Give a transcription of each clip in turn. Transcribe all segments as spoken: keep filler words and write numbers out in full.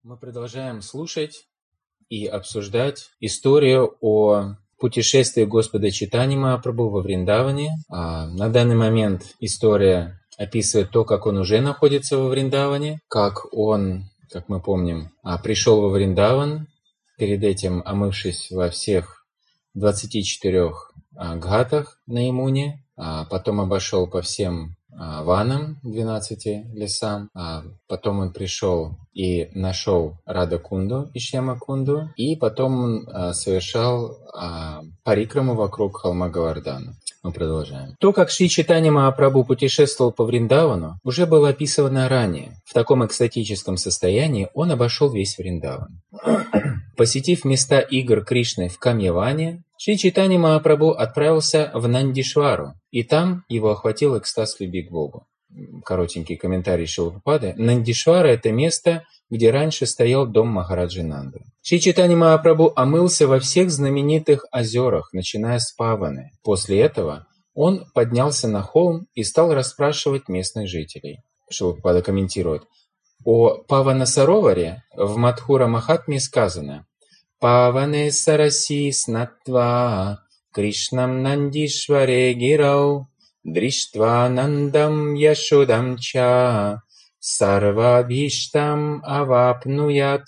Мы продолжаем слушать и обсуждать историю о путешествии Господа Чайтаньи Махапрабху во Вриндаване. А на данный момент история описывает то, как он уже находится во Вриндаване, как он, как мы помним, пришел во Вриндаван, перед этим омывшись во всех двадцати четырёх гхатах на Ямуне, а потом обошел по всем ванам, двенадцати лесам, а потом он пришел и нашел Рада-кунду и Шьяма-кунду, и потом он совершал парикраму вокруг холма Говардхана. Мы продолжаем. То, как Шри Чайтанья Махапрабху путешествовал по Вриндавану, уже было описано ранее. В таком экстатическом состоянии он обошел весь Вриндаван. Посетив места игр Кришны в Камьяване, Шри Чайтанья Махапрабху отправился в Нандишвару, и там его охватил экстаз любви к Богу. Коротенький комментарий Шрилы Прабхупады. Нандишвара – это место, где раньше стоял дом Махараджи Нанды. Шри Чайтанья Махапрабху омылся во всех знаменитых озерах, начиная с Паваны. После этого он поднялся на холм и стал расспрашивать местных жителей. Шрила Прабхупада комментирует. О Павана-сароваре в Мадхура Махатме сказано: Паване сараси снатва Кришнам Нандишваре гирау Дриштва нандам яшодам ча сарвабхиштам авапнуят.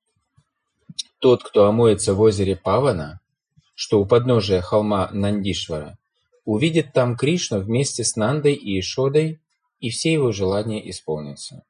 Тот, кто омоется в озере Павана, что у подножия холма Нандишвара, увидит там Кришну вместе с Нандой и Яшодой, и все его желания исполнятся.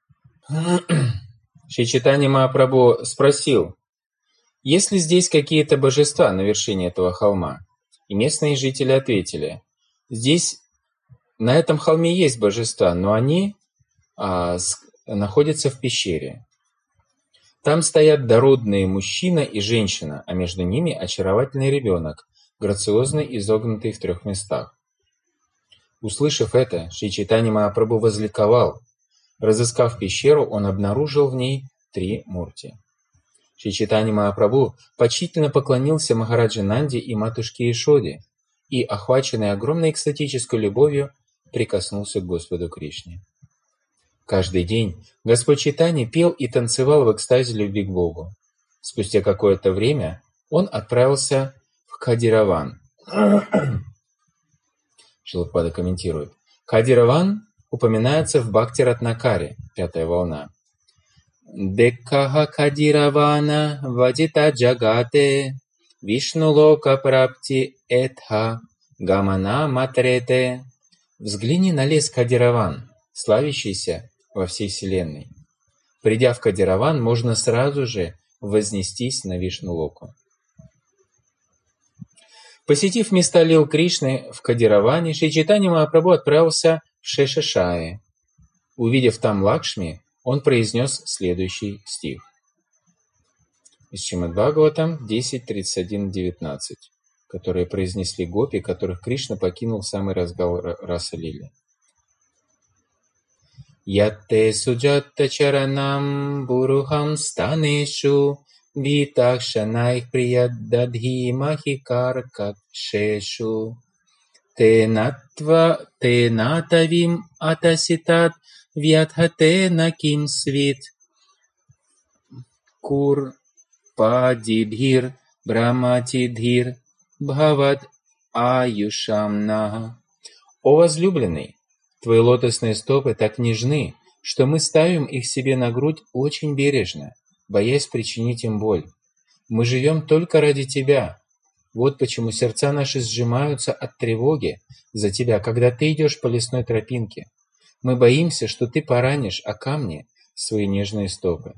Шри Чайтанья Махапрабху спросил, есть ли здесь какие-то божества на вершине этого холма? И местные жители ответили, здесь, на этом холме есть божества, но они а, с, находятся в пещере. Там стоят дородные мужчина и женщина, а между ними очаровательный ребенок, грациозно изогнутый в трех местах. Услышав это, Шри Чайтанья Махапрабху возликовал. Разыскав пещеру, он обнаружил в ней три мурти. Шри Чайтанья Махапрабху почтительно поклонился Махараджи Нанде и матушке Яшоде и, охваченный огромной экстатической любовью, прикоснулся к Господу Кришне. Каждый день Господь Чайтанья пел и танцевал в экстазе любви к Богу. Спустя какое-то время он отправился в Кхадираван. Шрила Прабхупада комментирует. Кхадираван упоминается в Бхакти-ратнакаре, пятая волна. Деккаха Кхадиравана вадита джагате вишнулока прапти этха гамана матрете. Взгляни на лес Кхадираван, славящийся во всей вселенной. Придя в Кхадираван, можно сразу же вознестись на Вишну-локу. Посетив места лил Кришны в Кхадираване, Шри Чайтанья Махапрабху отправился в Шешашаи. Увидев там Лакшми, он произнес следующий стих. Из Шримад-Бхагаватам десять тридцать один девятнадцать, которые произнесли гопи, которых Кришна покинул в самый разгар раса-лили. Ятте суджатта чаранам бурухам станешу витакшанайх прияддадхи махикаркакшешу тенатва тенатавим атаситат вятхате наким свит кур падидхир браматидхир бхават аюшамнаха. О возлюбленный! Твои лотосные стопы так нежны, что мы ставим их себе на грудь очень бережно, боясь причинить им боль. Мы живем только ради Тебя. Вот почему сердца наши сжимаются от тревоги за Тебя, когда Ты идешь по лесной тропинке. Мы боимся, что Ты поранишь о камни свои нежные стопы.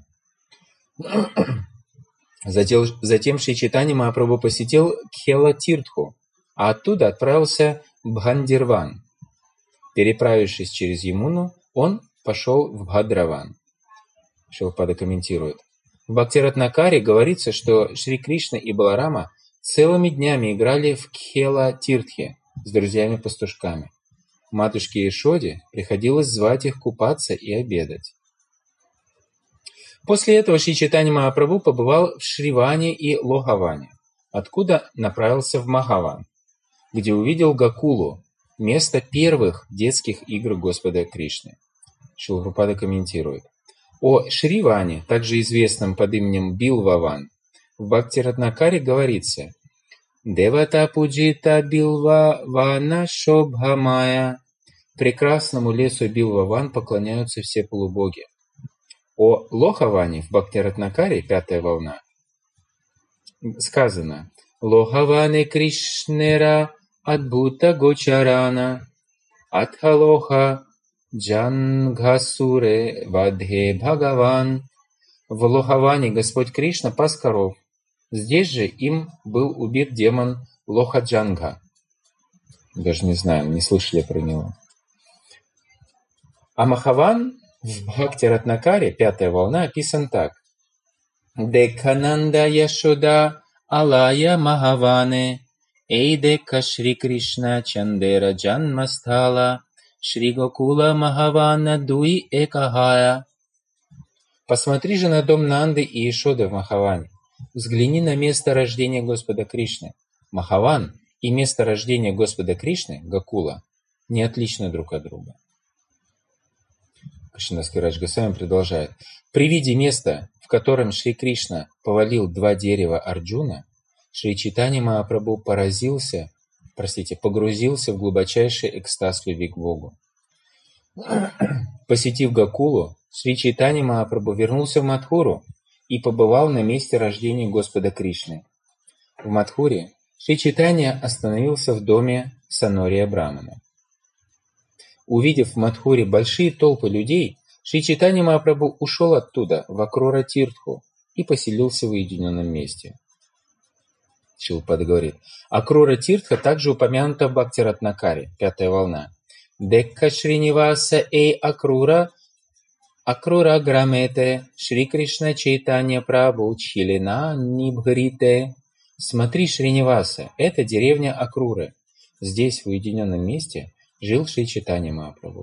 Затем, затем Шри Чайтанья Махапрабху посетил Кхела-тиртху, а оттуда отправился в Бхандирван. Переправившись через Ямуну, он пошел в Бхадраван. Шрила Прабхупада комментирует. В Бхакти-ратнакаре говорится, что Шри Кришна и Баларама целыми днями играли в Кхела-тиртхе с друзьями-пастушками. Матушке Яшоде приходилось звать их купаться и обедать. После этого Шри Чайтанья Махапрабху побывал в Шриване и Лохаване, откуда направился в Махаван, где увидел Гакулу, место первых детских игр Господа Кришны. Шрила Прабхупада комментирует. О Шриване, также известном под именем Билваван, в Бхакти-Ратнакаре говорится: Девата пуджита Билвавана Шобхамая. Прекрасному лесу Билваван поклоняются все полубоги. О Лохаване в Бхакти-Ратнакаре, пятая волна, сказано: Лохаване Кришнера Адбута Гочарана Атхалоха Джангасуре Вадхе Бхагаван. В Лохаване Господь Кришна пас коров. Здесь же им был убит демон Лохаджанга. Даже не знаю, не слышали про него. А Махаван в Бхакти-Ратнакаре, пятая волна, описан так. Декананда Яшода Алая Махаване Эйдека Шри Кришна Чандера Джанмастала Шри Гокула Махавана Дуи Экахая. Посмотри же на дом Нанды и Ишоды в Махаване. Взгляни на место рождения Господа Кришны. Махаван и место рождения Господа Кришны, Гокула, не отличны друг от друга. Кришнадас Кавирадж Госвами продолжает. При виде места, в котором Шри Кришна повалил два дерева Арджуна, Шри Чайтанья Махапрабху поразился, простите, погрузился в глубочайший экстаз любви к Богу. Посетив Гокулу, Шри Чайтанья Махапрабху вернулся в Мадхуру и побывал на месте рождения Господа Кришны. В Мадхуре Шри Чайтанья остановился в доме Санория Брамана. Увидев в Мадхуре большие толпы людей, Шри Чайтанья Махапрабху ушел оттуда, в Акрура-Тиртху, и поселился в уединенном месте. Шилпада говорит, Акрура-Тиртха также упомянута в Бхакти-Ратнакаре, пятая волна. Декка Шриниваса Эй Акрура Акрура Грамете Шри Кришна Чайтанья Прабху Чилина Нибхрите. Смотри, Шриниваса, это деревня Акруры. Здесь, в уединенном месте, жил Шри Чайтанья Махапрабху.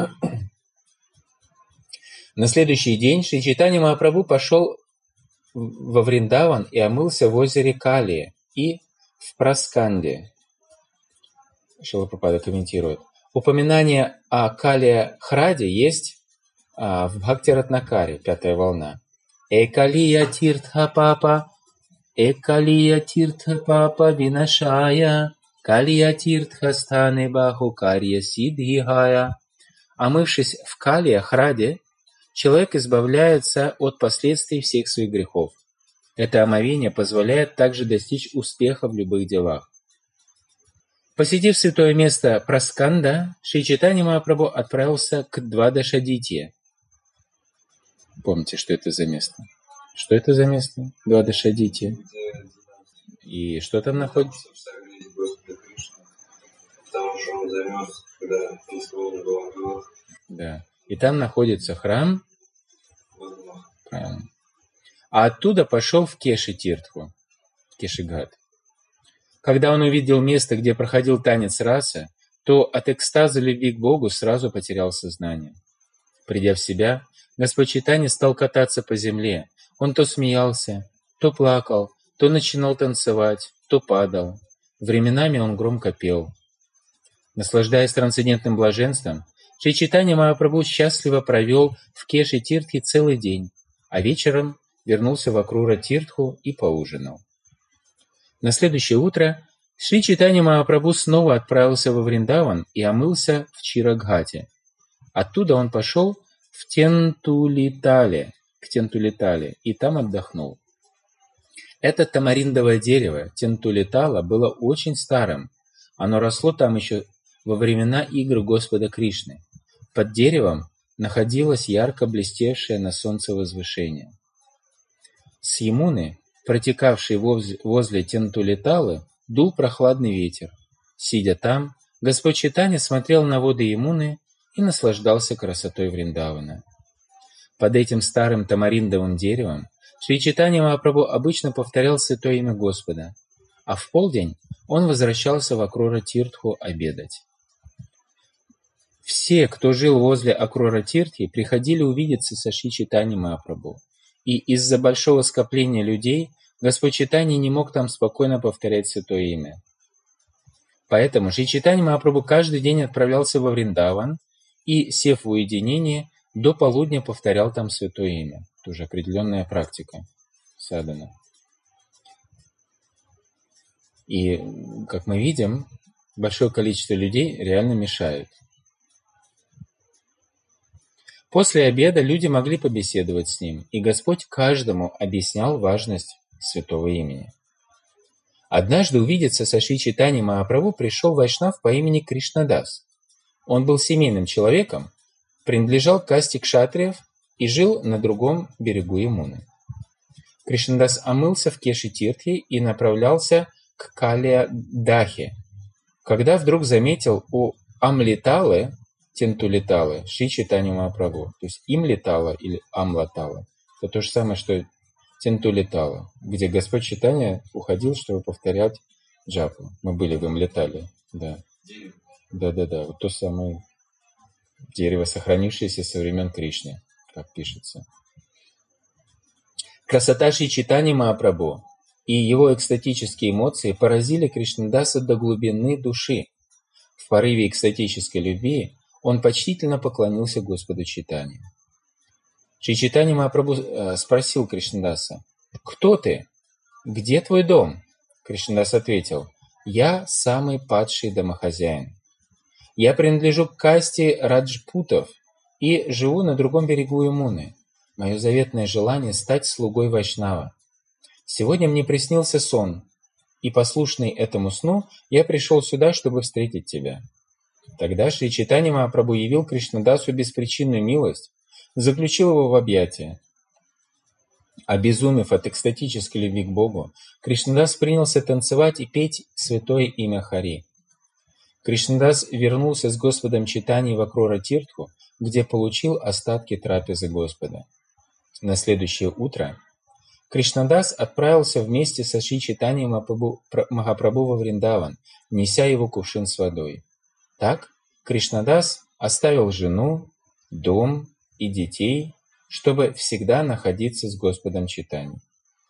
На следующий день Шри Чайтанья Махапрабху пошел во Вриндаван и омылся в озере Кали и в Прасканде. Шрила Прабхупада комментирует. Упоминание о Калия Храде есть а, в Бхакти-Ратнакаре, пятая волна. Экалия Тиртха Папа, Экалия Тиртха Папа Винашая, Калия Тиртха Стане Баху Карья Сидхигая. Омывшись в Калия Храде, человек избавляется от последствий всех своих грехов. Это омовение позволяет также достичь успеха в любых делах. Посетив святое место Прасканда, Шри Чайтанья Махапрабху отправился к Двадашадитье. Помните, что это за место? Что это за место? Двадашадитье. И что там находится? Да. И там находится храм. Правильно. А оттуда пошел в Кеши-Тиртху, Кеши-Гhat. Когда он увидел место, где проходил танец раса, то от экстаза любви к Богу сразу потерял сознание. Придя в себя, Господь Чайтанья стал кататься по земле. Он то смеялся, то плакал, то начинал танцевать, то падал. Временами он громко пел. Наслаждаясь трансцендентным блаженством, Шри Чайтанья Махапрабху счастливо провел в Кеши-Тиртхе целый день, а вечером вернулся в Акрура-Тиртху и поужинал. На следующее утро Шри Чайтанья Махапрабху снова отправился во Вриндаван и омылся в Чирагхате. Оттуда он пошел в Тентулитале, к Тентулитале, и там отдохнул. Это тамариндовое дерево Тентулитала было очень старым. Оно росло там еще во времена игр Господа Кришны. Под деревом находилось ярко блестевшее на солнце возвышение. С Ямуны, протекавшей возле Тентулиталы, дул прохладный ветер. Сидя там, Господь Чайтанья смотрел на воды Ямуны и наслаждался красотой Вриндавана. Под этим старым тамариндовым деревом Шри Чайтанья Махапрабху обычно повторял святое имя Господа, а в полдень он возвращался в Акрура-Тиртху обедать. Все, кто жил возле Акрура-Тиртхи, приходили увидеться со Шри Чайтаньей Махапрабху, и из-за большого скопления людей Господь Чайтанья не мог там спокойно повторять святое имя. Поэтому Шри Чайтанья Махапрабху каждый день отправлялся во Вриндаван и, сев в уединении, до полудня повторял там святое имя. Тоже определенная практика садхана. И, как мы видим, большое количество людей реально мешают. После обеда люди могли побеседовать с ним, и Господь каждому объяснял важность святого имени. Однажды увидеться со Шри Чайтаньей Махапрабху пришел вайшнав по имени Кришнадас. Он был семейным человеком, принадлежал к касте кшатриев и жил на другом берегу Ямуны. Кришнадас омылся в Кеши-тиртхе и направлялся к Калия-дахе, когда вдруг заметил у Амлиталы, Тентулиталы, Шри Чайтанью Махапрабху. То есть Имлитала или Амлатала. Это то же самое, что Тентулитала, где Господь Чайтанья уходил, чтобы повторять джапу. Мы были в Имлитале. Да. Да-да-да. Вот то самое дерево, сохранившееся со времен Кришны, как пишется. Красота Шри Чайтаньи Махапрабху и его экстатические эмоции поразили Кришнадаса до глубины души. В порыве экстатической любви он почтительно поклонился Господу Чайтанье. Шри Чайтанья Махапрабху спросил Кришнадаса: «Кто ты? Где твой дом?» Кришнадас ответил: «Я самый падший домохозяин. Я принадлежу к касте раджпутов и живу на другом берегу Ямуны. Мое заветное желание — стать слугой Вайшнава. Сегодня мне приснился сон, и, послушный этому сну, я пришел сюда, чтобы встретить тебя». Тогда Шри Чайтанья Махапрабху явил Кришнадасу беспричинную милость, заключил его в объятия. Обезумев от экстатической любви к Богу, Кришнадас принялся танцевать и петь святое имя Хари. Кришнадас вернулся с Господом Чайтаньей в Акрора-тиртху, где получил остатки трапезы Господа. На следующее утро Кришнадас отправился вместе со Шри Чайтаньей Махапрабху во Вриндаван, неся его кувшин с водой. Так Кришнадас оставил жену, дом и детей, чтобы всегда находиться с Господом Чайтаньей.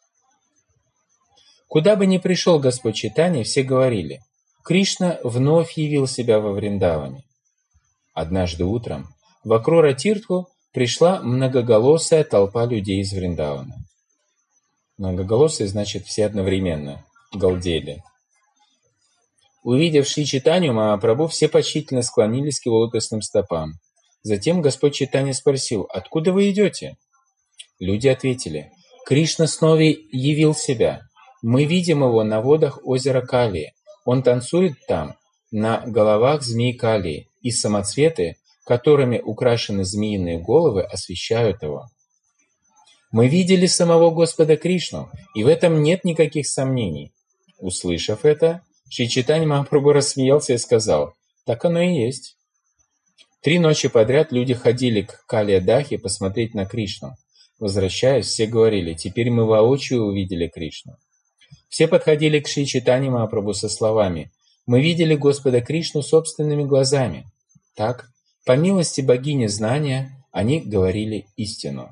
Куда бы ни пришел Господь Чайтанья, все говорили: Кришна вновь явил себя во Вриндаване. Однажды утром в Акрора-тиртху пришла многоголосая толпа людей из Вриндавана. Многоголосые значит все одновременно галдели. Увидев Шри Чайтанью Махапрабху, все почтительно склонились к его лотосным стопам. Затем Господь Чайтанья спросил: «Откуда вы идете?» Люди ответили: «Кришна снова явил себя. Мы видим его на водах озера Кали. Он танцует там, на головах змей Кали, и самоцветы, которыми украшены змеиные головы, освещают его. Мы видели самого Господа Кришну, и в этом нет никаких сомнений». Услышав это, Шри Чайтанья Махапрабху рассмеялся и сказал: «Так оно и есть». Три ночи подряд люди ходили к Калия-дахе посмотреть на Кришну. Возвращаясь, все говорили: «Теперь мы воочию увидели Кришну». Все подходили к Шри Чайтанье Махапрабху со словами: «Мы видели Господа Кришну собственными глазами». Так, по милости богини знания, они говорили истину.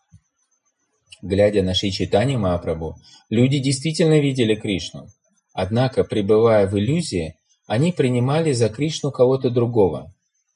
Глядя на Шри Чайтанью Махапрабху, люди действительно видели Кришну. Однако, пребывая в иллюзии, они принимали за Кришну кого-то другого.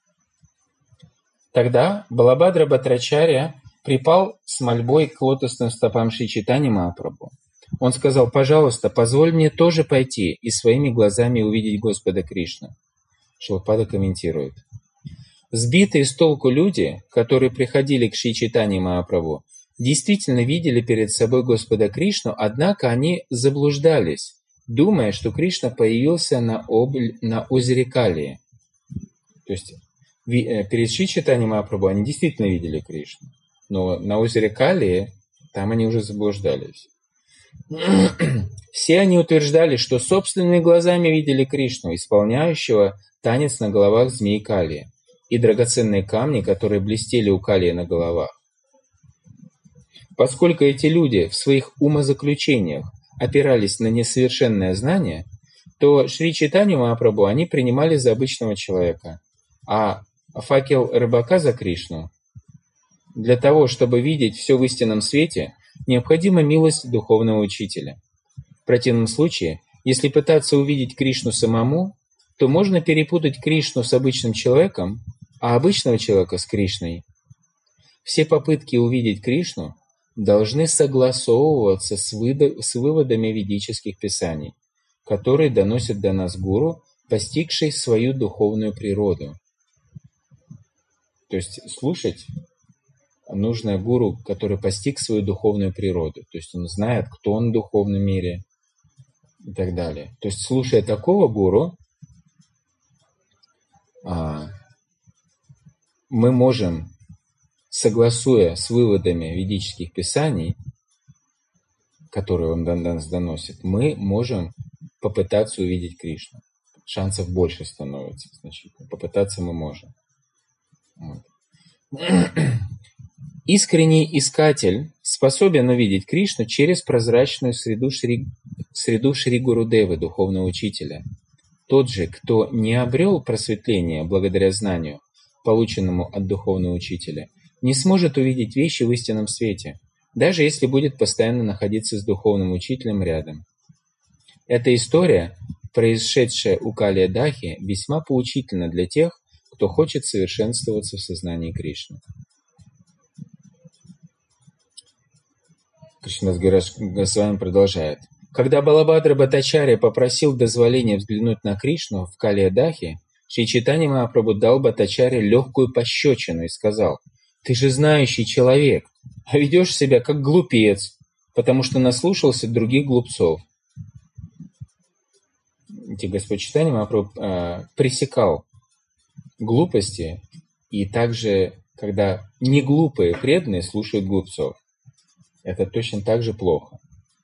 Тогда Балабхадра Бхаттрачарья припал с мольбой к лотосным стопам Шри Чайтаньи Махапрабху. Он сказал: «Пожалуйста, позволь мне тоже пойти и своими глазами увидеть Господа Кришну». Шилапада комментирует: «Сбитые с толку люди, которые приходили к Шри Чайтаньи Махапрабху, действительно видели перед собой Господа Кришну, однако они заблуждались, думая, что Кришна появился на, обль... на озере Калии». То есть перед Шри Чайтаньей Махапрабху они действительно видели Кришну, но на озере Калии там они уже заблуждались. Все они утверждали, что собственными глазами видели Кришну, исполняющего танец на головах змей Калии, и драгоценные камни, которые блестели у Калии на головах. Поскольку эти люди в своих умозаключениях опирались на несовершенное знание, то Шри Чайтанью Махапрабху они принимали за обычного человека, а факел рыбака за Кришну. Для того, чтобы видеть все в истинном свете, необходима милость духовного учителя. В противном случае, если пытаться увидеть Кришну самому, то можно перепутать Кришну с обычным человеком, а обычного человека с Кришной. Все попытки увидеть Кришну должны согласовываться с, выда- с выводами ведических писаний, которые доносят до нас гуру, постигший свою духовную природу. То есть слушать нужно гуру, который постиг свою духовную природу. То есть он знает, кто он в духовном мире и так далее. То есть слушая такого гуру, мы можем, согласуя с выводами ведических писаний, которые он до нас доносит, мы можем попытаться увидеть Кришну. Шансов больше становится значительно. Попытаться мы можем. Вот. Искренний искатель способен увидеть Кришну через прозрачную среду Шри, среду Шри Гурудевы, духовного учителя. Тот же, кто не обрел просветление благодаря знанию, полученному от духовного учителя, не сможет увидеть вещи в истинном свете, даже если будет постоянно находиться с духовным учителем рядом. Эта история, происшедшая у Калия Дахи, весьма поучительна для тех, кто хочет совершенствоваться в сознании Кришны. Кришнадас Госвами продолжает. Когда Балабхадра Бхаттачарья попросил дозволения взглянуть на Кришну в Калия Дахи, Шри Чайтанья Махапрабху дал Бхаттачарье легкую пощечину и сказал: «Ты же знающий человек, а ведешь себя как глупец, потому что наслушался других глупцов». Где Господь Чайтанья Махапрабху э, пресекал глупости, и также, когда неглупые преданные слушают глупцов. Это точно так же плохо.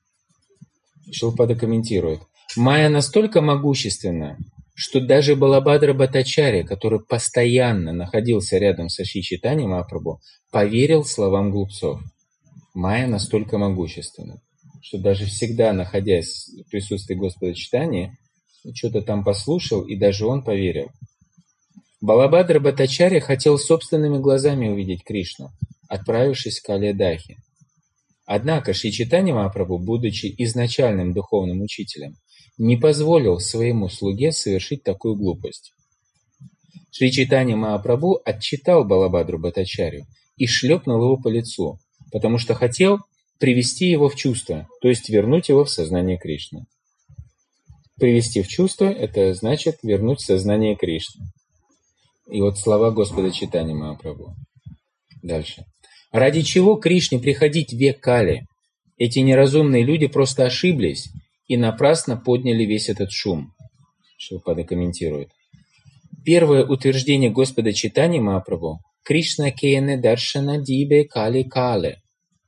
Шилпада комментирует. Майя настолько могущественна, что даже Балабхадра Бхаттачарья, который постоянно находился рядом со Шри Чайтаньей Махапрабху, поверил словам глупцов. Майя настолько могущественна, что даже всегда, находясь в присутствии Господа Чайтаньи, что-то там послушал, и даже он поверил. Балабхадра Бхаттачарья хотел собственными глазами увидеть Кришну, отправившись в Калия Дахи. Однако Шри Чайтанья Махапрабху, будучи изначальным духовным учителем, не позволил своему слуге совершить такую глупость. Шри Чайтанья Махапрабху отчитал Балабхадру Бхаттачарью и шлепнул его по лицу, потому что хотел привести его в чувство, то есть вернуть его в сознание Кришны. Привести в чувство – это значит вернуть в сознание Кришны. И вот слова Господа Чайтаньи Махапрабху. Дальше. Ради чего Кришне приходить в век Кали? Эти неразумные люди просто ошиблись и напрасно подняли весь этот шум. Шилпада комментирует. Первое утверждение Господа Чайтаньи Махапрабху Кришна кене даршана дибе кали кале.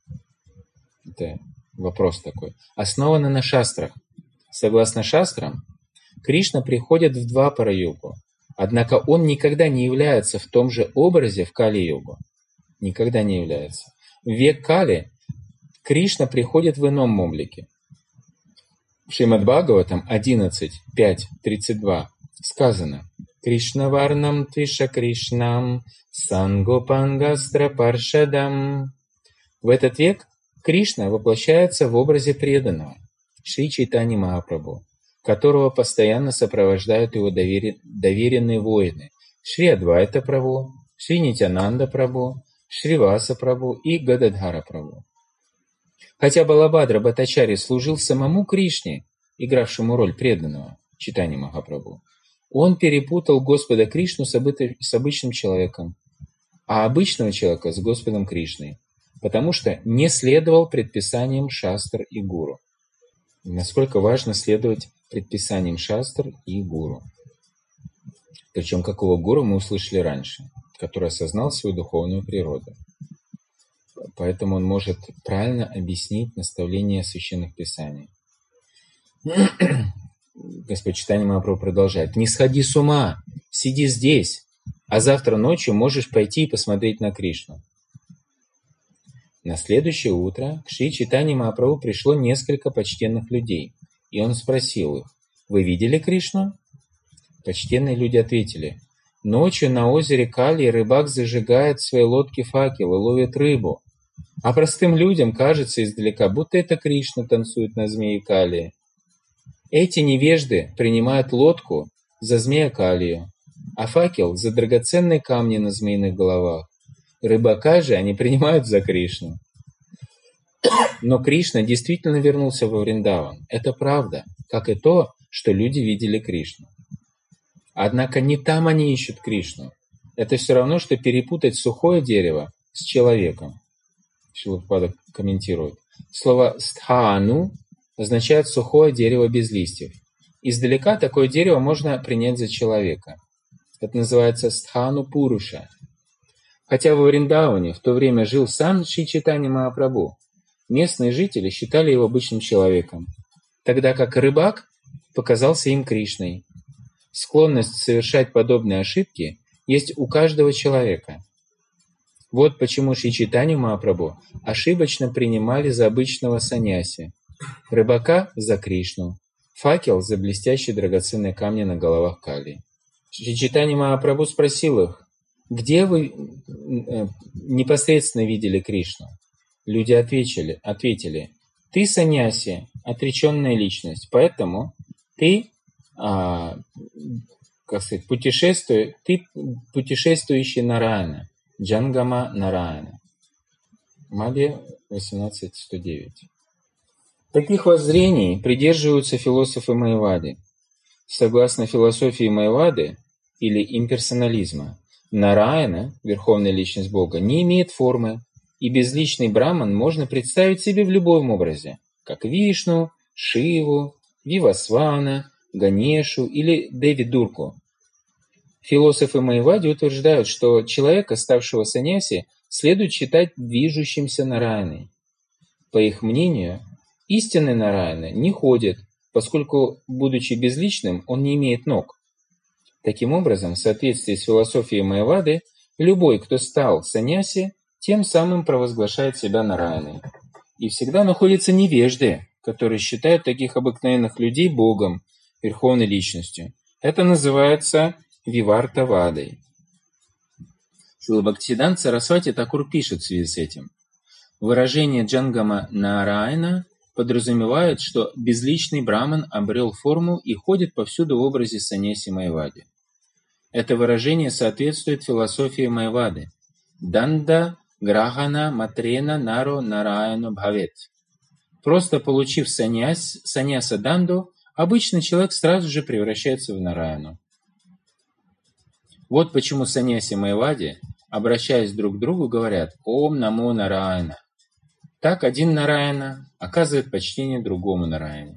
Это вопрос такой. Основано на шастрах. Согласно шастрам, Кришна приходит в два пара-югу. Однако он никогда не является в том же образе в Кали-югу. Никогда не является. В век Кали Кришна приходит в ином облике. В Шримад Бхагаватам одиннадцать, пять, тридцать два сказано Кришна варнам твиша Кришнам сангопангастра паршадам. В этот век Кришна воплощается в образе преданного Шри Чайтаньи Махапрабху, которого постоянно сопровождают его довер... доверенные воины Шри Адвайта Прабху, Шри Нитянанда Прабху, Шриваса Прабху и Гададхара Прабху. Хотя Балабхадра Бхаттачарья служил самому Кришне, игравшему роль преданного Чайтаньи Махапрабху, он перепутал Господа Кришну с, обы... с обычным человеком, а обычного человека с Господом Кришной, потому что не следовал предписаниям шастр и гуру. Насколько важно следовать предписаниям шастр и гуру. Причем какого гуру мы услышали раньше, который осознал свою духовную природу. Поэтому он может правильно объяснить наставления священных писаний. Господь Чайтанья Махапрабху продолжает. «Не сходи с ума, сиди здесь, а завтра ночью можешь пойти и посмотреть на Кришну». На следующее утро к Шри Чайтанье Махапрабху пришло несколько почтенных людей, и он спросил их: «Вы видели Кришну?» Почтенные люди ответили: «Ночью на озере Кали рыбак зажигает в своей лодке факел и ловит рыбу, а простым людям кажется издалека, будто это Кришна танцует на змее Калии. Эти невежды принимают лодку за змея Калию, а факел за драгоценные камни на змеиных головах. Рыбака же они принимают за Кришну. Но Кришна действительно вернулся во Вриндаван. Это правда, как и то, что люди видели Кришну. Однако не там они ищут Кришну. Это все равно, что перепутать сухое дерево с человеком. Шрила Прабхупада комментирует. Слово «стхану» означает сухое дерево без листьев. Издалека такое дерево можно принять за человека. Это называется «стхану пуруша». Хотя во Вриндаване в то время жил сам Шри Чайтанья Махапрабху, местные жители считали его обычным человеком, тогда как рыбак показался им Кришной. Склонность совершать подобные ошибки есть у каждого человека. Вот почему Шри Чайтанью Махапрабху ошибочно принимали за обычного саньяси, рыбака за Кришну, факел за блестящие драгоценные камни на головах Кали. Шри Чайтанья Махапрабху спросил их, где вы непосредственно видели Кришну? Люди ответили, ответили ты саньяси, отреченная личность, поэтому ты, а, как сказать, путешествуй, ты путешествующий Нараяна, Джангама Нараяна. Мадья восемнадцать сто девять. Таких воззрений придерживаются философы Майявади. Согласно философии Майявады или имперсонализма, Нараяна, верховная личность Бога, не имеет формы, и безличный Браман можно представить себе в любом образе, как Вишну, Шиву, Вивасвана, Ганешу или Деви Дургу. Философы Майявади утверждают, что человека, ставшего саньяси, следует считать движущимся Нараяной. По их мнению, истинный Нараяна не ходит, поскольку, будучи безличным, он не имеет ног. Таким образом, в соответствии с философией Майявады, любой, кто стал саньяси, тем самым провозглашает себя Нараяной. И всегда находятся невежды, которые считают таких обыкновенных людей Богом, верховной личностью. Это называется Вивартавадой. Шрила Бхактисиданта Сарасвати Такур пишет в связи с этим. Выражение Джангама Нараяна подразумевает, что безличный Браман обрел форму и ходит повсюду в образе саньяси Майявади. Это выражение соответствует философии Майявады. Данда Грахана Матрена Наро Нараяну Бхавет. Просто получив саньяс, саньяса данду, обычный человек сразу же превращается в Нараяну. Вот почему саньяси Майявади, обращаясь друг к другу, говорят «Ом намо Нараяна». Так один Нараяна оказывает почтение другому Нараяне.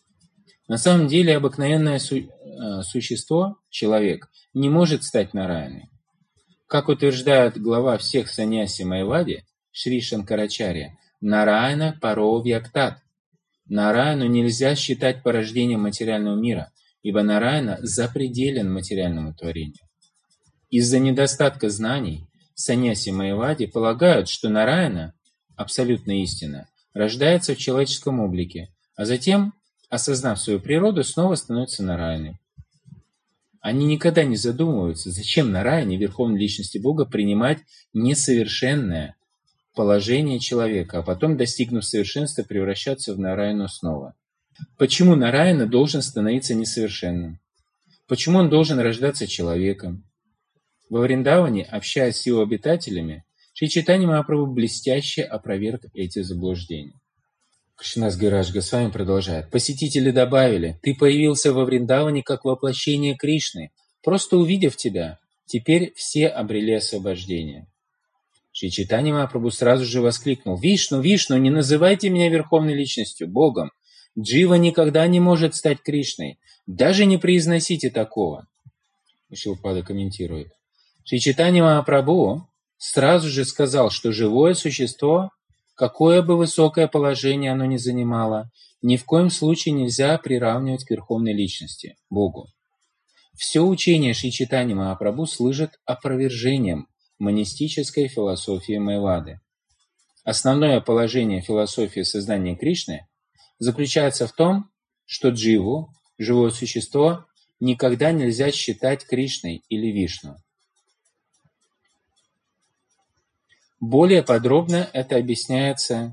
На самом деле обыкновенное су- э, существо, человек, не может стать Нараяной. Как утверждает глава всех саньяси Майявади, Шри Шанкарачарья, Нараяна паро вьяктат. Нараяну нельзя считать порождением материального мира, ибо Нараяна запределен материальному творению. Из-за недостатка знаний саньяси Майявади полагают, что Нараяна, абсолютная истина, рождается в человеческом облике, а затем, осознав свою природу, снова становится Нараяной. Они никогда не задумываются, зачем Нараяне, верховной личности Бога, принимать несовершенное положение человека, а потом, достигнув совершенства, превращаться в Нараяну снова. Почему Нараяна должен становиться несовершенным? Почему он должен рождаться человеком? Во Вриндаване, общаясь с его обитателями, Шри Чайтанья Махапрабху блестяще опроверг эти заблуждения. Кришнадас Гирирадж Госвами продолжает. Посетители добавили, ты появился во Вриндаване как воплощение Кришны. Просто увидев тебя, теперь все обрели освобождение. Шри Чайтанья Махапрабху сразу же воскликнул. Вишну, Вишну, не называйте меня верховной личностью, Богом. Джива никогда не может стать Кришной. Даже не произносите такого. Шрила Прабхупада комментирует. Шри Чайтанья Махапрабху сразу же сказал, что живое существо, какое бы высокое положение оно ни занимало, ни в коем случае нельзя приравнивать к верховной личности, Богу. Все учение Шри Чайтаньи Махапрабху служит опровержением монистической философии Майявады. Основное положение философии сознания Кришны заключается в том, что дживу, живое существо, никогда нельзя считать Кришной или Вишну. Более подробно это объясняется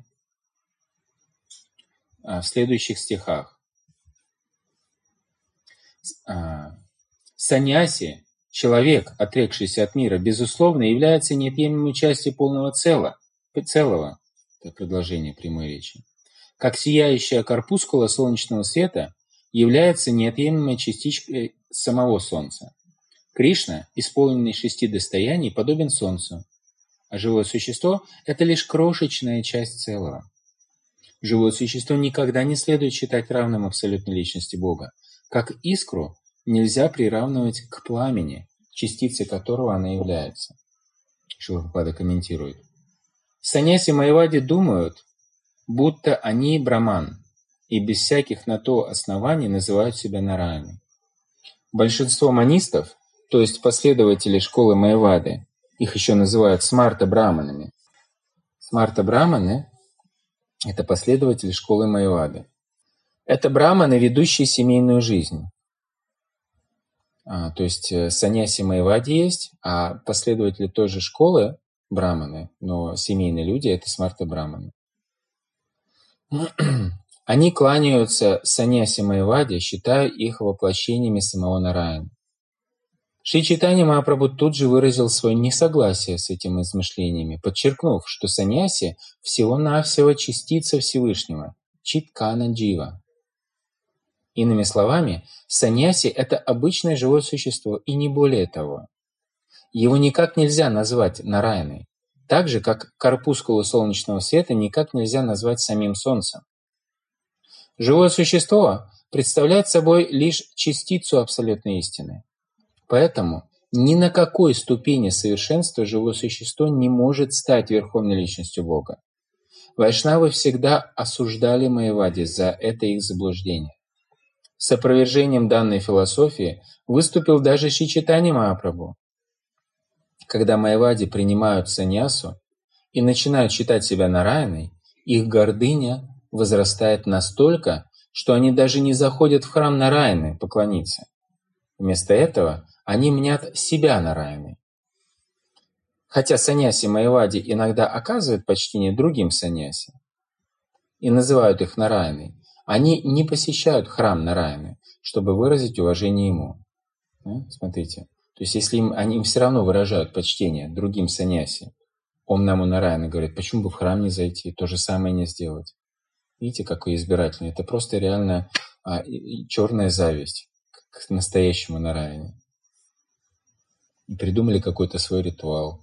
в следующих стихах. Саньяси, Человек, отрекшийся от мира, безусловно, является неотъемлемой частью полного цела, целого. Это продолжение прямой речи. Как сияющая корпускула солнечного света является неотъемлемой частичкой самого Солнца. Кришна, исполненный шести достояний, подобен Солнцу, а живое существо – это лишь крошечная часть целого. Живое существо никогда не следует считать равным абсолютной личности Бога. Как искру нельзя приравнивать к пламени, частицей которого она является. Шрила Прабхупада комментирует. Саньяси Майявади думают, будто они браман, и без всяких на то оснований называют себя Нараяной. Большинство манистов, то есть последователи школы Майявады, их еще называют смарта-браманами. Смарта-браманы – это последователи школы Майявады. Это браманы, ведущие семейную жизнь. А, то есть саньяси Майявади есть, а последователи той же школы – браманы, но семейные люди – это смарта-браманы. Они кланяются саньяси Майявади, считая их воплощениями самого Нараяна. Шри Чайтанья Махапрабху тут же выразил свое несогласие с этими измышлениями, подчеркнув, что саньяси всего-навсего частица Всевышнего, читкана джива. Иными словами, саньяси – это обычное живое существо, и не более того. Его никак нельзя назвать Нараяной, так же, как корпускулу солнечного света никак нельзя назвать самим Солнцем. Живое существо представляет собой лишь частицу абсолютной истины. Поэтому ни на какой ступени совершенства живое существо не может стать верховной личностью Бога. Вайшнавы всегда осуждали Майявади за это их заблуждение. С опровержением данной философии выступил даже Шри Чайтанья Махапрабху. Когда Майявади принимают саньясу и начинают считать себя Нараяной, их гордыня возрастает настолько, что они даже не заходят в храм Нараяны поклониться. Вместо этого они мнят себя Нараяной. Хотя саньяси Майявади иногда оказывают почтение другим саньяси и называют их Нараяной, они не посещают храм Нараяны, чтобы выразить уважение ему. Смотрите, то есть если им, они им все равно выражают почтение другим саньяси, Ом Намо Нараяна говорит, почему бы в храм не зайти, то же самое не сделать. Видите, какой избирательный. Это просто реально а, черная зависть к настоящему Нараяне. И придумали какой-то свой ритуал.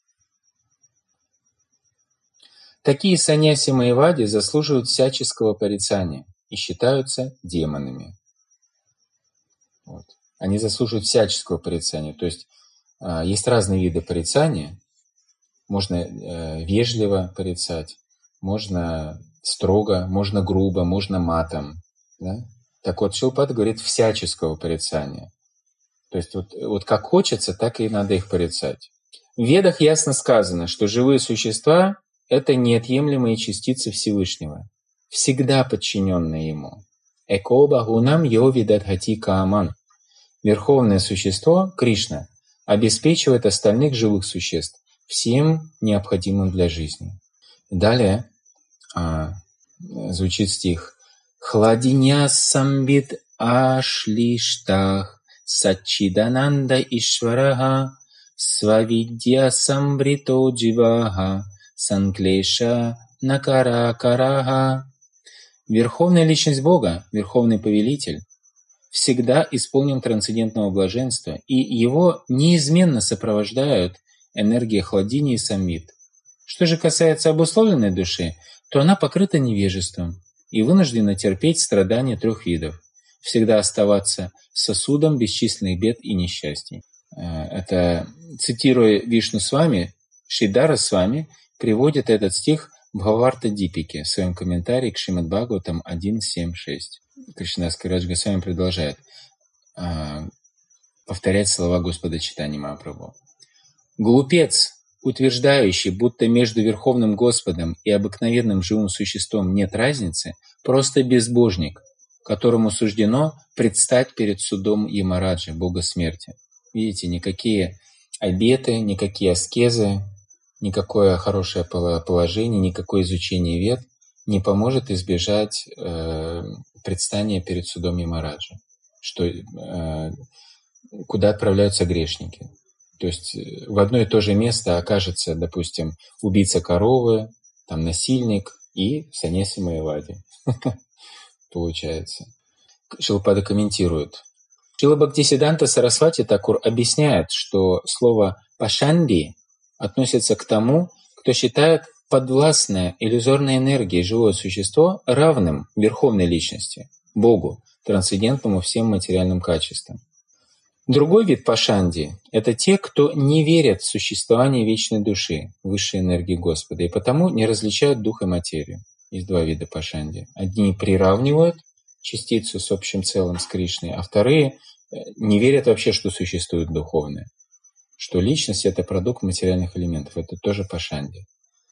Такие саньяси Майявади заслуживают всяческого порицания и считаются демонами. Вот. Они заслуживают всяческого порицания. То есть а, есть разные виды порицания. Можно э, вежливо порицать, можно строго, можно грубо, можно матом. Да? Так вот, Шрила говорит всяческого порицания. То есть вот, вот как хочется, так и надо их порицать. В Ведах ясно сказано, что живые существа – это неотъемлемые частицы Всевышнего, всегда подчиненные Ему. Эко бахунам йо видадхати кааман. Верховное существо, Кришна, обеспечивает остальных живых существ всем необходимым для жизни. Далее а, звучит стих «Хладиня самбит ашлиштах сачидананда ишвараха свавидья самбрито дживаха санклеша накаракараха». Верховная личность Бога, Верховный Повелитель, всегда исполнен трансцендентного блаженства, и его неизменно сопровождают энергия хладини и саммит. Что же касается обусловленной души, то она покрыта невежеством и вынуждена терпеть страдания трех видов, всегда оставаться сосудом бесчисленных бед и несчастий. Это, цитируя Вишну Свами, Шридара Свами приводит этот стих в Бхаварта-дипике в своем комментарии к Шримад Бхагаватам один семь шесть. Кришнадас Кавирадж Госвами продолжает а, повторять слова Господа Чайтаньи Махапрабху. Глупец, утверждающий, будто между Верховным Господом и обыкновенным живым существом нет разницы, просто безбожник, которому суждено предстать перед судом Ямараджа, Бога смерти. Видите, никакие обеты, никакие аскезы, никакое хорошее положение, никакое изучение вед не поможет избежать э, предстания перед судом Ямараджа. Что э, куда отправляются грешники. То есть в одно и то же место окажется, допустим, убийца коровы, там насильник и саньяси Майявади. Получается. Шилапада комментирует. Шрила Бхактисиддханта Сарасвати Такур объясняет, что слово «пашанди» относится к тому, кто считает подвластное иллюзорной энергии живое существо равным верховной личности, Богу, трансцендентному всем материальным качествам. Другой вид пашанди – это те, кто не верят в существование вечной души, высшей энергии Господа, и потому не различают дух и материю. Есть два вида пашанди. Одни приравнивают частицу с общим целым, с Кришной, а вторые не верят вообще, что существует духовное, что личность – это продукт материальных элементов. Это тоже пашанди.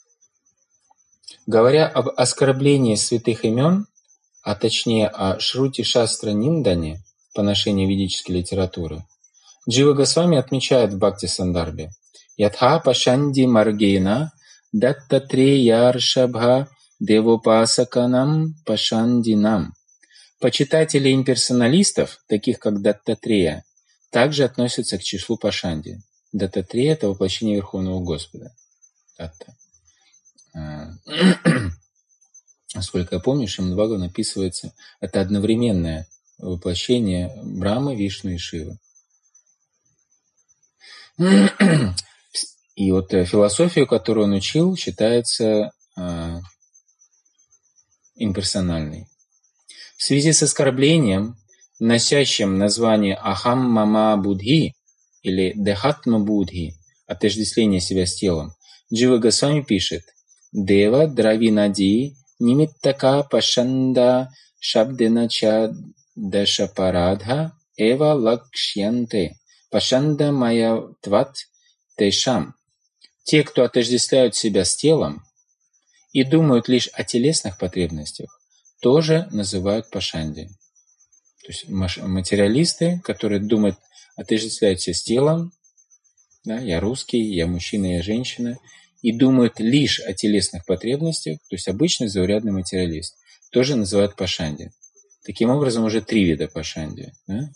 Говоря об оскорблении святых имен, а точнее о Шрути-шастра Ниндане, поношении ведической литературы, Джива Госвами отмечает в Бхакти-сандарбе «Ятха пашанди маргена даттатреяршабха девопасаканам пашандинам». Почитатели имперсоналистов, таких как Даттатрея, также относятся к числу пашанди. Даттатрея – это воплощение Верховного Господа. Датта. Насколько я помню, Шримад-Бхагаватам описывается, это одновременное воплощение Брахмы, Вишну и Шивы. И вот философию, которую он учил, считается э, имперсональной. В связи с оскорблением, носящим название Ахам Мама Будхи или Дехатма Будхи, отождествление себя с телом, Джива Госвами пишет «Дева дравинади нимиттака пашанда шабденача дашапарадха эва лакшьянте пашанда мая тват тешам». Те, кто отождествляют себя с телом и думают лишь о телесных потребностях, тоже называют пашанди. То есть материалисты, которые думают, отождествляют себя с телом, да, я русский, я мужчина, я женщина, и думают лишь о телесных потребностях, то есть обычный заурядный материалист, тоже называют пашанди. Таким образом, уже три вида пашанди. Да?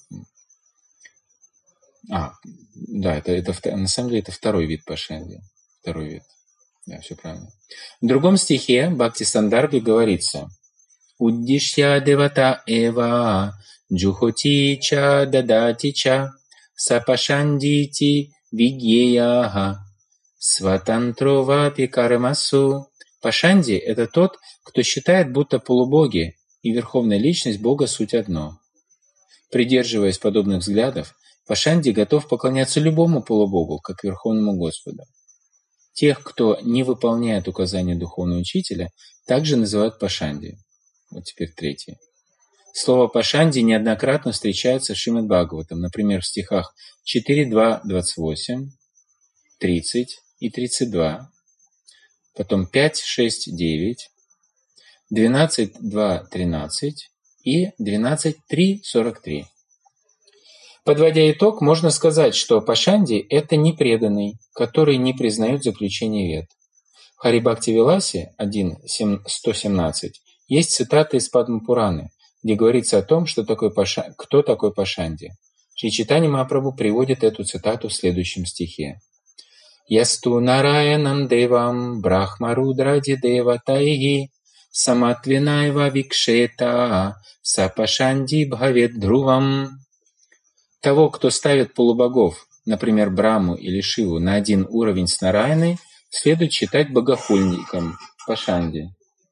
А, да, это, это, на самом деле это второй вид пашанди. Второй вид. Да, все правильно. В другом стихе Бхакти-сандарбе говорится «Уддишья девата эва джухоти ча дадати ча сапашандити вигьеяха сватантрова кармасу». Пашанди – это тот, кто считает, будто полубоги и верховная личность Бога суть одно. Придерживаясь подобных взглядов, пашанди готов поклоняться любому полубогу, как верховному Господу. Тех, кто не выполняет указания духовного учителя, также называют пашанди. Вот теперь третье. Слово пашанди неоднократно встречается в Шримад-Бхагаватам, например, в стихах четыре, два, двадцать восемь, тридцать и тридцать два, потом пять, шесть, девять, двенадцать, два, тринадцать и двенадцать, три, сорок три. Подводя итог, можно сказать, что пашанди – это непреданный, который не признает заключение вед. В Хари-Бхакти-Виласе один сто семнадцать есть цитата из Падма-Пураны, где говорится о том, что такой паша... кто такой пашанди. Шри Чайтанья Махапрабху приводит эту цитату в следующем стихе. «Ясту нараянам девам брахмарудради деватайги саматвинайва викшета сапашанди бхавет друвам». Того, кто ставит полубогов, например, Браму или Шиву, на один уровень с Нараяной, следует считать богохульником, пашанди.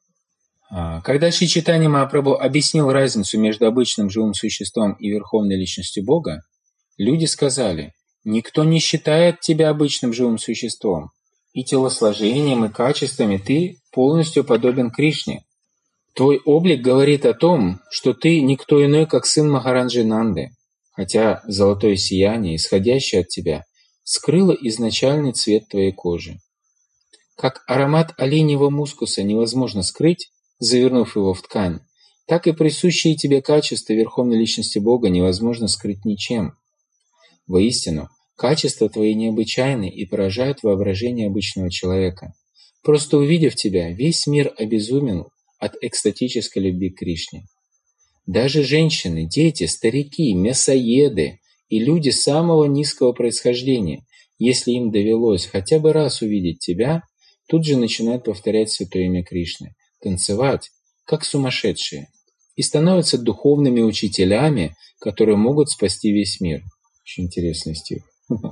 Когда Шри Чайтанья Махапрабху объяснил разницу между обычным живым существом и верховной личностью Бога, люди сказали: «Никто не считает тебя обычным живым существом, и телосложением, и качествами ты полностью подобен Кришне. Твой облик говорит о том, что ты никто иной, как сын Махараджи Нанды, хотя золотое сияние, исходящее от тебя, скрыло изначальный цвет твоей кожи. Как аромат оленьего мускуса невозможно скрыть, завернув его в ткань, так и присущие тебе качества Верховной Личности Бога невозможно скрыть ничем. Воистину, качества твои необычайны и поражают воображение обычного человека. Просто увидев тебя, весь мир обезумел от экстатической любви к Кришне. Даже женщины, дети, старики, мясоеды и люди самого низкого происхождения, если им довелось хотя бы раз увидеть тебя, тут же начинают повторять святое имя Кришны, танцевать, как сумасшедшие, и становятся духовными учителями, которые могут спасти весь мир. Очень интересный стих.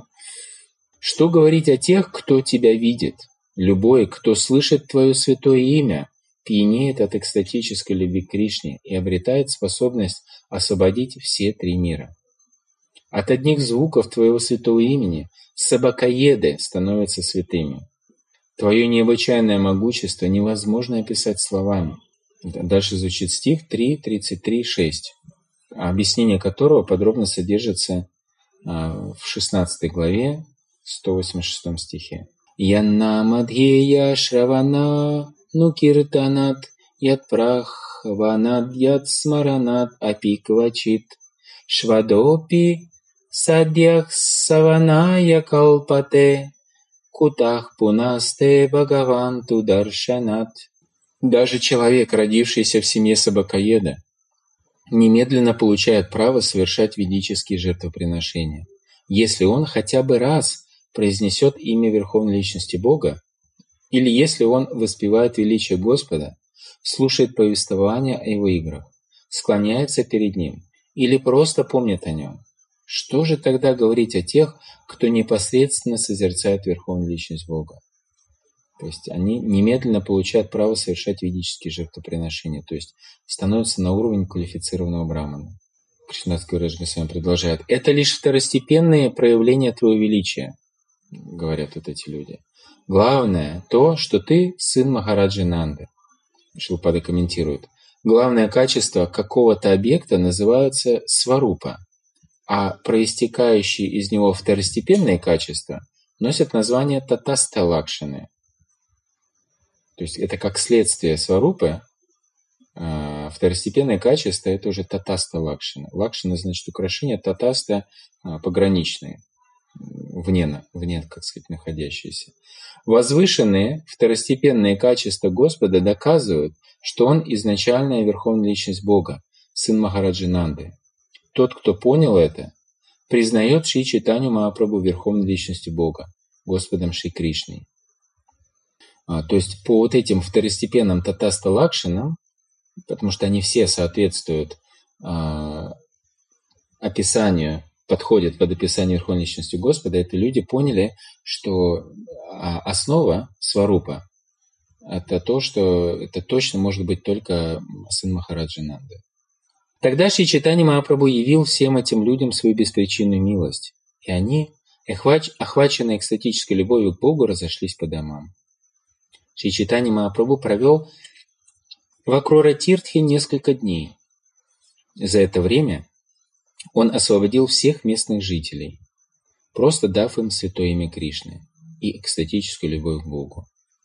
Что говорить о тех, кто тебя видит? Любой, кто слышит твое святое имя, пьянеет от экстатической любви к Кришне и обретает способность освободить все три мира. От одних звуков твоего святого имени собакоеды становятся святыми. Твое необычайное могущество невозможно описать словами. Дальше звучит стих три, тридцать три, шесть, объяснение которого подробно содержится в шестнадцатой главе, сто восемьдесят шестом стихе. «Янна мадхея шравана нукиртанат ят прахванат ят смаранат апиквачит швадопи садьях саваная калпате кутах пунасте бхагаванту даршанат». Даже человек, родившийся в семье собакоеда, немедленно получает право совершать ведические жертвоприношения, если он хотя бы раз произнесет имя Верховной Личности Бога, или если он воспевает величие Господа, слушает повествования о Его играх, склоняется перед Ним или просто помнит о Нем. Что же тогда говорить о тех, кто непосредственно созерцает Верховную Личность Бога? То есть они немедленно получают право совершать ведические жертвоприношения, то есть становятся на уровень квалифицированного брамана. Кришнадас Кавирадж Госвами продолжает. Это лишь второстепенные проявления твоего величия, говорят вот эти люди. Главное то, что ты сын Махараджи Нанды. Шилпада комментирует. Главное качество какого-то объекта называется сварупа, а проистекающие из него второстепенные качества носят название татаста лакшаны. То есть это как следствие сварупы, а второстепенное качество – это уже татаста лакшана. Лакшана значит украшение, татаста – пограничные, вне, вне, как сказать, находящиеся. Возвышенные второстепенные качества Господа доказывают, что Он изначальная Верховная Личность Бога, сын Махараджи Нанды. Тот, кто понял это, признает Шри Чайтанью Махапрабху Верховной Личностью Бога, Господом Шри Кришной. А, то есть по вот этим второстепенным татаста лакшанам, потому что они все соответствуют а, описанию, подходят под описание Верховной Личности Господа, это люди поняли, что основа сварупа – это то, что это точно может быть только сын Махараджи Нанды. Тогда Шри Чайтанья Махапрабху явил всем этим людям свою беспричинную милость, и они, охваченные экстатической любовью к Богу, разошлись по домам. Шри Чайтанья Махапрабху провел в Акрура-Тиртхе несколько дней. За это время он освободил всех местных жителей, просто дав им святое имя Кришны и экстатическую любовь к Богу.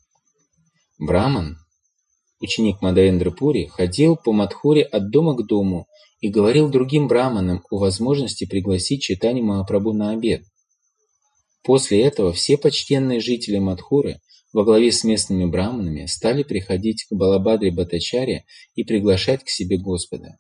Браман, ученик Мадхавендра Пури, ходил по Мадхуре от дома к дому и говорил другим браманам о возможности пригласить Чайтанью Махапрабху на обед. После этого все почтенные жители Мадхуры во главе с местными браманами стали приходить к Балабхадре Бхаттачарье и приглашать к себе Господа.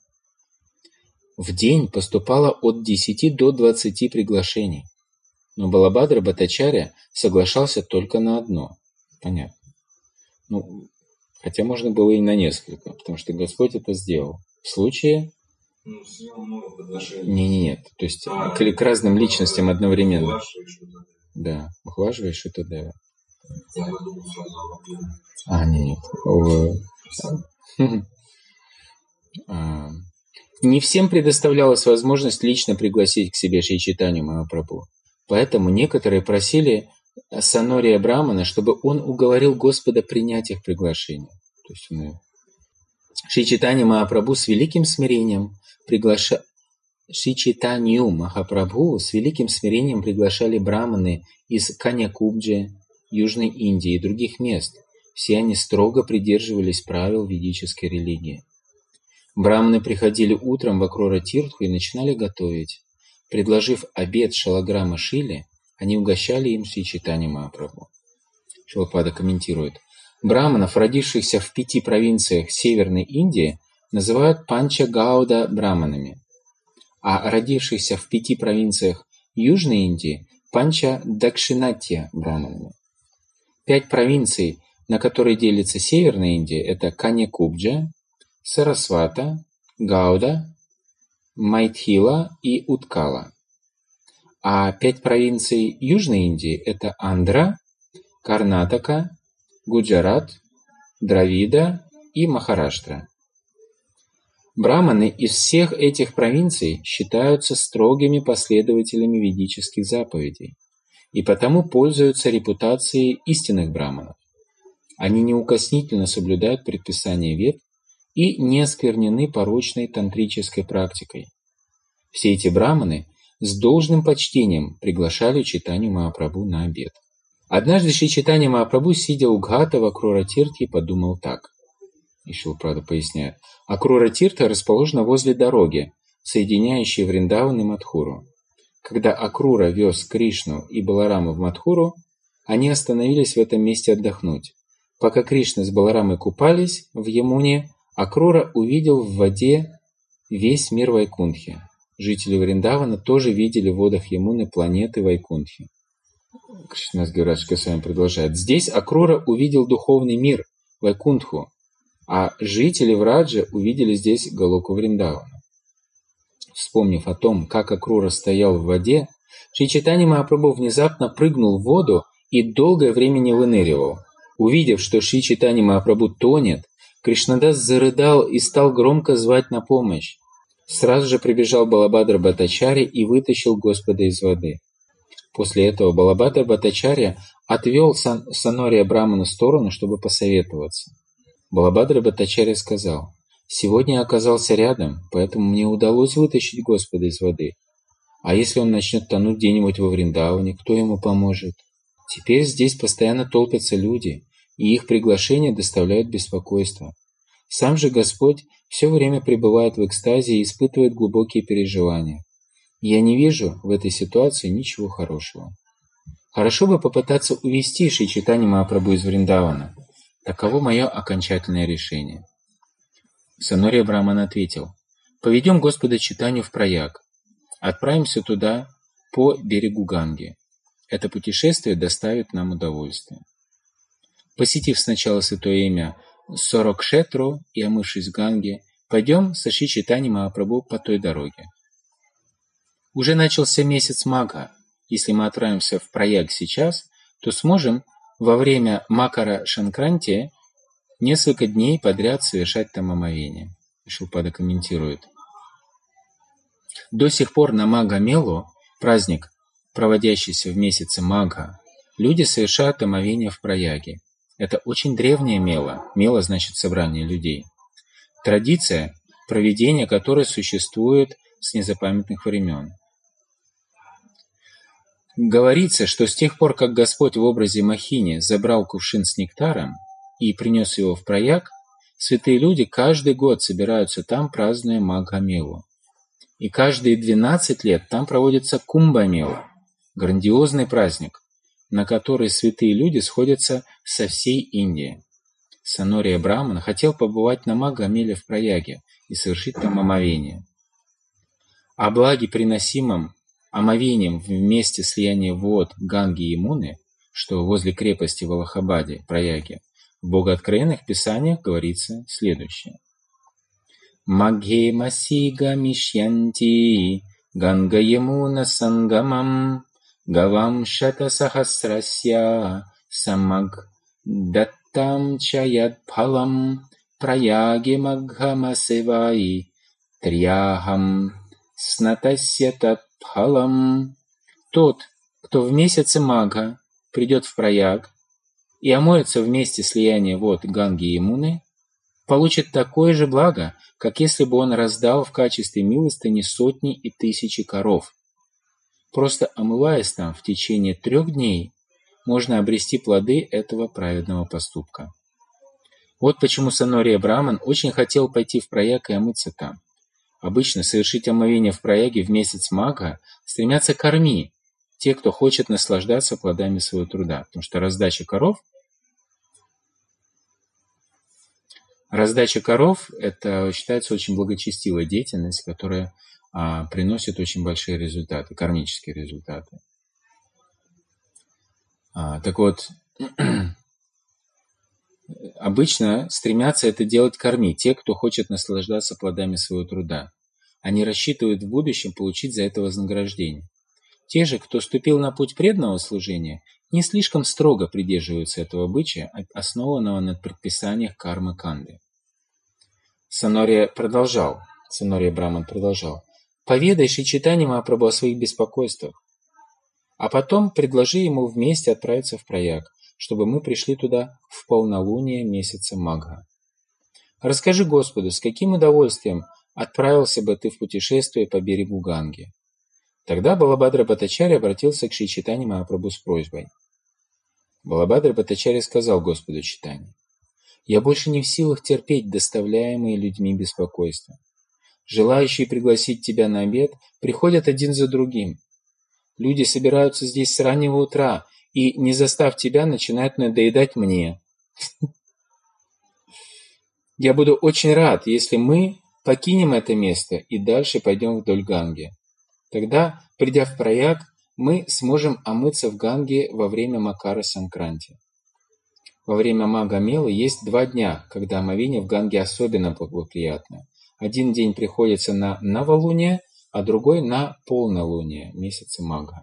В день поступало от десяти до двадцати приглашений, но Балабхадра Бхаттачарья соглашался только на одно. Понятно. Ну, хотя можно было и на несколько, потому что Господь это сделал. В случае... Ну, сделал много подношений. Не, не, нет. То есть а, к, к разным личностям одновременно. Да, ухаживаешь это, да. Я думал, сразу. А, нет. О... Не всем предоставлялась возможность лично пригласить к себе Шри Чайтанью Махапрабху. Поэтому некоторые просили Санория Брамана, чтобы он уговорил Господа принять их приглашение. То есть он... Шри Чайтанья Махапрабху с великим смирением приглаша... Шри Чайтанью Махапрабху с великим смирением приглашали браманы из Каньякубджи, Южной Индии и других мест. Все они строго придерживались правил ведической религии. Браманы приходили утром в Акрура-Тиртху и начинали готовить. Предложив обед Шалаграма Шиле, они угощали им Шри Чайтанью Махапрабху. Шилапада комментирует. Браманов, родившихся в пяти провинциях Северной Индии, называют Панча Гауда браманами, а родившихся в пяти провинциях Южной Индии Панча Дакшинатья браманами. Пять провинций, на которые делится Северная Индия, это Каньякубджа, Сарасвата, Гауда, Майтхила и Уткала. А пять провинций Южной Индии – это Андхра, Карнатака, Гуджарат, Дравида и Махараштра. Браманы из всех этих провинций считаются строгими последователями ведических заповедей и потому пользуются репутацией истинных браманов. Они неукоснительно соблюдают предписания Вед и не осквернены порочной тантрической практикой. Все эти браманы с должным почтением приглашали Чайтанью Махапрабху на обед. Однажды Шри Чайтанья Махапрабху, сидя у Гхата в Акрура-Тиртхе, подумал так. И Шрила Прабхупада поясняет. Акрура-Тиртха расположена возле дороги, соединяющей Вриндаван и Мадхуру. Когда Акрура вез Кришну и Балараму в Мадхуру, они остановились в этом месте отдохнуть. Пока Кришна с Баларамой купались в Ямуне, Акрура увидел в воде весь мир Вайкунтхи. Жители Вриндавана тоже видели в водах Ямуны планеты Вайкунтхи. Кришнадас Гавирадж Госвами продолжает. Здесь Акрура увидел духовный мир Вайкунтху, а жители Враджа увидели здесь Галоку Вриндавана. Вспомнив о том, как Акрура стоял в воде, Шри Чайтанья Махапрабху внезапно прыгнул в воду и долгое время не выныривал. Увидев, что Шри Чайтанья Махапрабху тонет, Кришнадас зарыдал и стал громко звать на помощь. Сразу же прибежал Балабхадра Бхаттачарья и вытащил Господа из воды. После этого Балабхадра Бхаттачарья отвел Сан Санория Брамана в сторону, чтобы посоветоваться. Балабхадра Бхаттачарья сказал: «Сегодня я оказался рядом, поэтому мне удалось вытащить Господа из воды. А если он начнет тонуть где-нибудь во Вриндаване, кто ему поможет? Теперь здесь постоянно толпятся люди, и их приглашения доставляют беспокойство. Сам же Господь все время пребывает в экстазе и испытывает глубокие переживания. Я не вижу в этой ситуации ничего хорошего. Хорошо бы попытаться увести Шри Чайтанью Махапрабху из Вриндавана. Таково мое окончательное решение». Санория Браман ответил: «Поведем Господа Чайтанью в Праяг. Отправимся туда по берегу Ганги. Это путешествие доставит нам удовольствие». Посетив сначала святое имя Сорокшетру и омывшись в Ганге, пойдем со Шри Чайтаньей Махапрабху по той дороге. Уже начался месяц Магха. Если мы отправимся в Праяг сейчас, то сможем во время Макара Шанкранти несколько дней подряд совершать там омовение. Шилпада комментирует. До сих пор на Мага-мелу, праздник, проводящийся в месяце Магха, люди совершают омовение в Праяге. Это очень древняя мела. Мела значит собрание людей. Традиция, проведение которой существует с незапамятных времен. Говорится, что с тех пор, как Господь в образе Махини забрал кувшин с нектаром и принес его в Праяг, святые люди каждый год собираются там, празднуя Магха-мелу. И каждые двенадцать лет там проводится Кумба-мела, грандиозный праздник, на который святые люди сходятся со всей Индии. Санория Браман хотел побывать на Магха-меле в Праяге и совершить там омовение. О благе, приносимом омовением в месте слияния вод Ганги и Ямуны, что возле крепости в Аллахабаде, Праяге, в богооткровенных писаниях говорится следующее. Магге масига мишьянти Ганга Ямуна сангамам Гавам шата сахасрасья самаг даттам чаят пхалам Праяге магхама севаи трияхам снатасья тат пхалам. Тот, кто в месяце Магха придет в Праяг и омоется в месте слияния вод Ганги и Ямуны, получит такое же благо, как если бы он раздал в качестве милостыни сотни и тысячи коров. Просто омываясь там в течение трех дней, можно обрести плоды этого праведного поступка. Вот почему Санория Браман очень хотел пойти в Праяг и омыться там. Обычно совершить омовение в Праяге в месяц Магха стремятся корми, те, кто хочет наслаждаться плодами своего труда, потому что раздача коров Раздача коров – это считается очень благочестивая деятельность, которая а приносит очень большие результаты, кармические результаты. А, так вот, обычно стремятся это делать карми, те, кто хочет наслаждаться плодами своего труда. Они рассчитывают в будущем получить за это вознаграждение. Те же, кто ступил на путь преданного служения, не слишком строго придерживаются этого обычая, основанного на предписаниях кармы-канды. Санория продолжал, Санория Браман продолжал. «Поведай Шри Чайтанья Махапрабху о своих беспокойствах, а потом предложи ему вместе отправиться в Праяг, чтобы мы пришли туда в полнолуние месяца Магха. Расскажи Господу, с каким удовольствием отправился бы ты в путешествие по берегу Ганги». Тогда Балабхадра Бхаттачарья обратился к Шри Чайтанье Махапрабху с просьбой. Балабхадра Бхаттачарья сказал Господу Чайтанье: «Я больше не в силах терпеть доставляемые людьми беспокойства. Желающие пригласить тебя на обед приходят один за другим. Люди собираются здесь с раннего утра и, не застав тебя, начинают надоедать мне. Я буду очень рад, если мы покинем это место и дальше пойдем вдоль Ганги. Тогда, придя в Праяг, мы сможем омыться в Ганге во время Макара Санкранти. Во время Мага Мелы есть два дня, когда омовение в Ганге особенно благоприятно. Один день приходится на новолуние, а другой на полнолуние месяца Мага».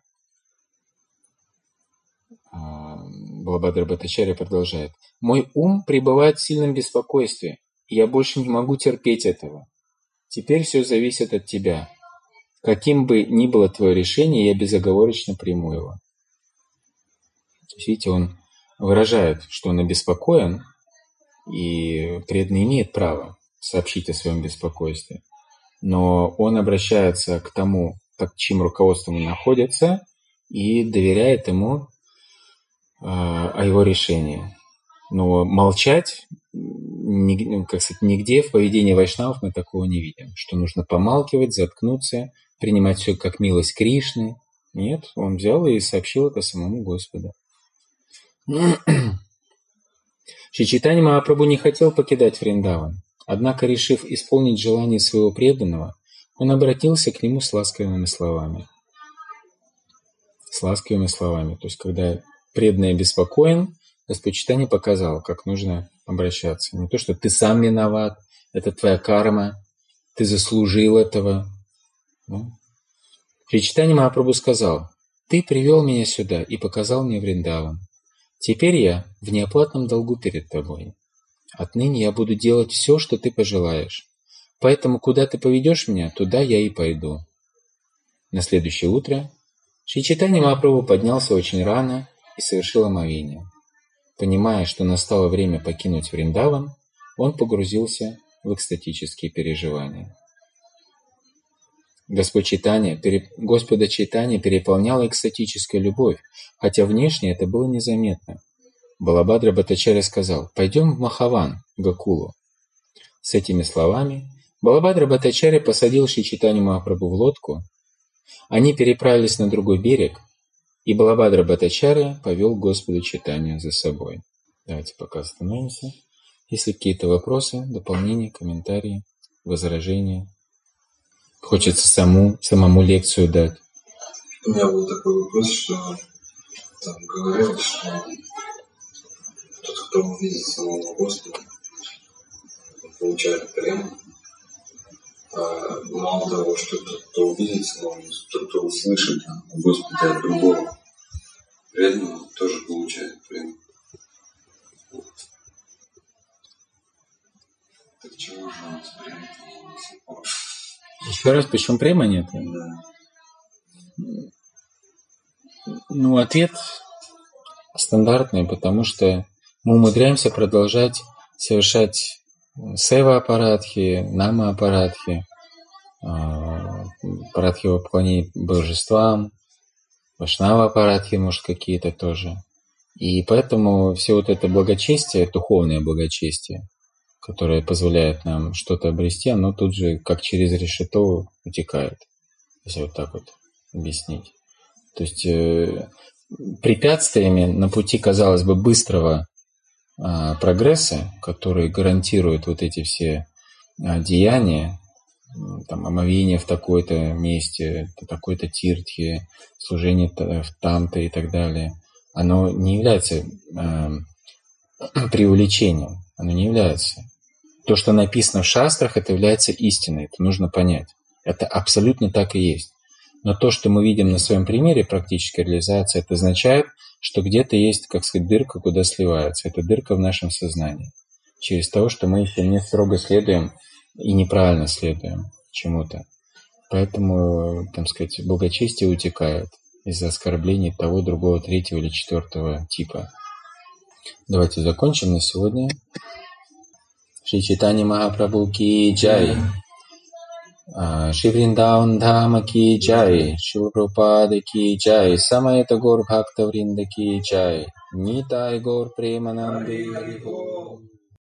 Балабхадра Бхаттачарья продолжает. «Мой ум пребывает в сильном беспокойстве, и я больше не могу терпеть этого. Теперь все зависит от тебя. Каким бы ни было твое решение, я безоговорочно приму его». Видите, он выражает, что он обеспокоен, и преданный имеет право сообщить о своем беспокойстве. Но он обращается к тому, под чьим руководством он находится, и доверяет ему э, о его решении. Но молчать, ни, как сказать, нигде в поведении вайшнавов мы такого не видим, что нужно помалкивать, заткнуться, принимать все как милость Кришны. Нет, он взял и сообщил это самому Господу. Шри Чайтанья Махапрабху не хотел покидать Вриндаван, однако, решив исполнить желание своего преданного, он обратился к нему с ласковыми словами. С ласковыми словами. То есть, когда преданный обеспокоен, Господь Чайтанья показал, как нужно обращаться. Не то, что ты сам виноват, это твоя карма, ты заслужил этого. Шри Чайтанья Махапрабху сказал: «Ты привел меня сюда и показал мне Вриндаван. Теперь я в неоплатном долгу перед тобой. Отныне я буду делать все, что ты пожелаешь. Поэтому, куда ты поведешь меня, туда я и пойду». На следующее утро Шри Чайтанья Махапрабху поднялся очень рано и совершил омовение. Понимая, что настало время покинуть Вриндаван, он погрузился в экстатические переживания. Господь Чайтанья, пере... Господа Чайтанья переполняла экстатическая любовь, хотя внешне это было незаметно. Балабхадра Бхаттачарья сказал: «Пойдем в Махаван, Гакулу». С этими словами Балабхадра Бхаттачарья посадил Шри Чайтанью Махапрабху в лодку. Они переправились на другой берег, и Балабхадра Бхаттачарья повел Господу Чайтанью за собой. Давайте пока остановимся. Если какие-то вопросы, дополнения, комментарии, возражения. Хочется саму, самому лекцию дать. У меня был такой вопрос, что там говорилось, что тот, кто увидит самого Господа, получает прему. А мало того, что тот, кто увидит самого, тот, кто услышит о Господе от другого преданного, тоже получает прему. Так чего же у нас према до сих пор? Еще раз, почему према нет? Да. Ну, ответ стандартный, потому что мы умудряемся продолжать совершать сева-аппаратхи, нама-аппаратхи, аппаратхи во поклонении божествам, вайшнава-аппаратхи, может, какие-то тоже. И поэтому все вот это благочестие, духовное благочестие, которое позволяет нам что-то обрести, оно тут же, как через решето, утекает. Если вот так вот объяснить. То есть э, препятствиями на пути, казалось бы, быстрого э, прогресса, который гарантирует вот эти все э, деяния, там, омовение в такой-то месте, такой-то тиртхи, служение в там-то и так далее, оно не является э, преувеличением, оно не является. То, что написано в шастрах, это является истиной, это нужно понять. Это абсолютно так и есть. Но то, что мы видим на своем примере практической реализации, это означает, что где-то есть, как сказать, дырка, куда сливается. Это дырка в нашем сознании. Через то, что мы еще не строго следуем и неправильно следуем чему-то. Поэтому, там сказать, благочестие утекает из-за оскорблений того, другого, третьего или четвертого типа. Давайте закончим на сегодня. Шри Чайтанья Махапрабху ки джай. Шри Вриндаун Дхама ки джай. Шрила Прабхупада ки джай. Самаита Гор Бхакта Вринда ки джай. Нитай Гор Премананде Хари Бол.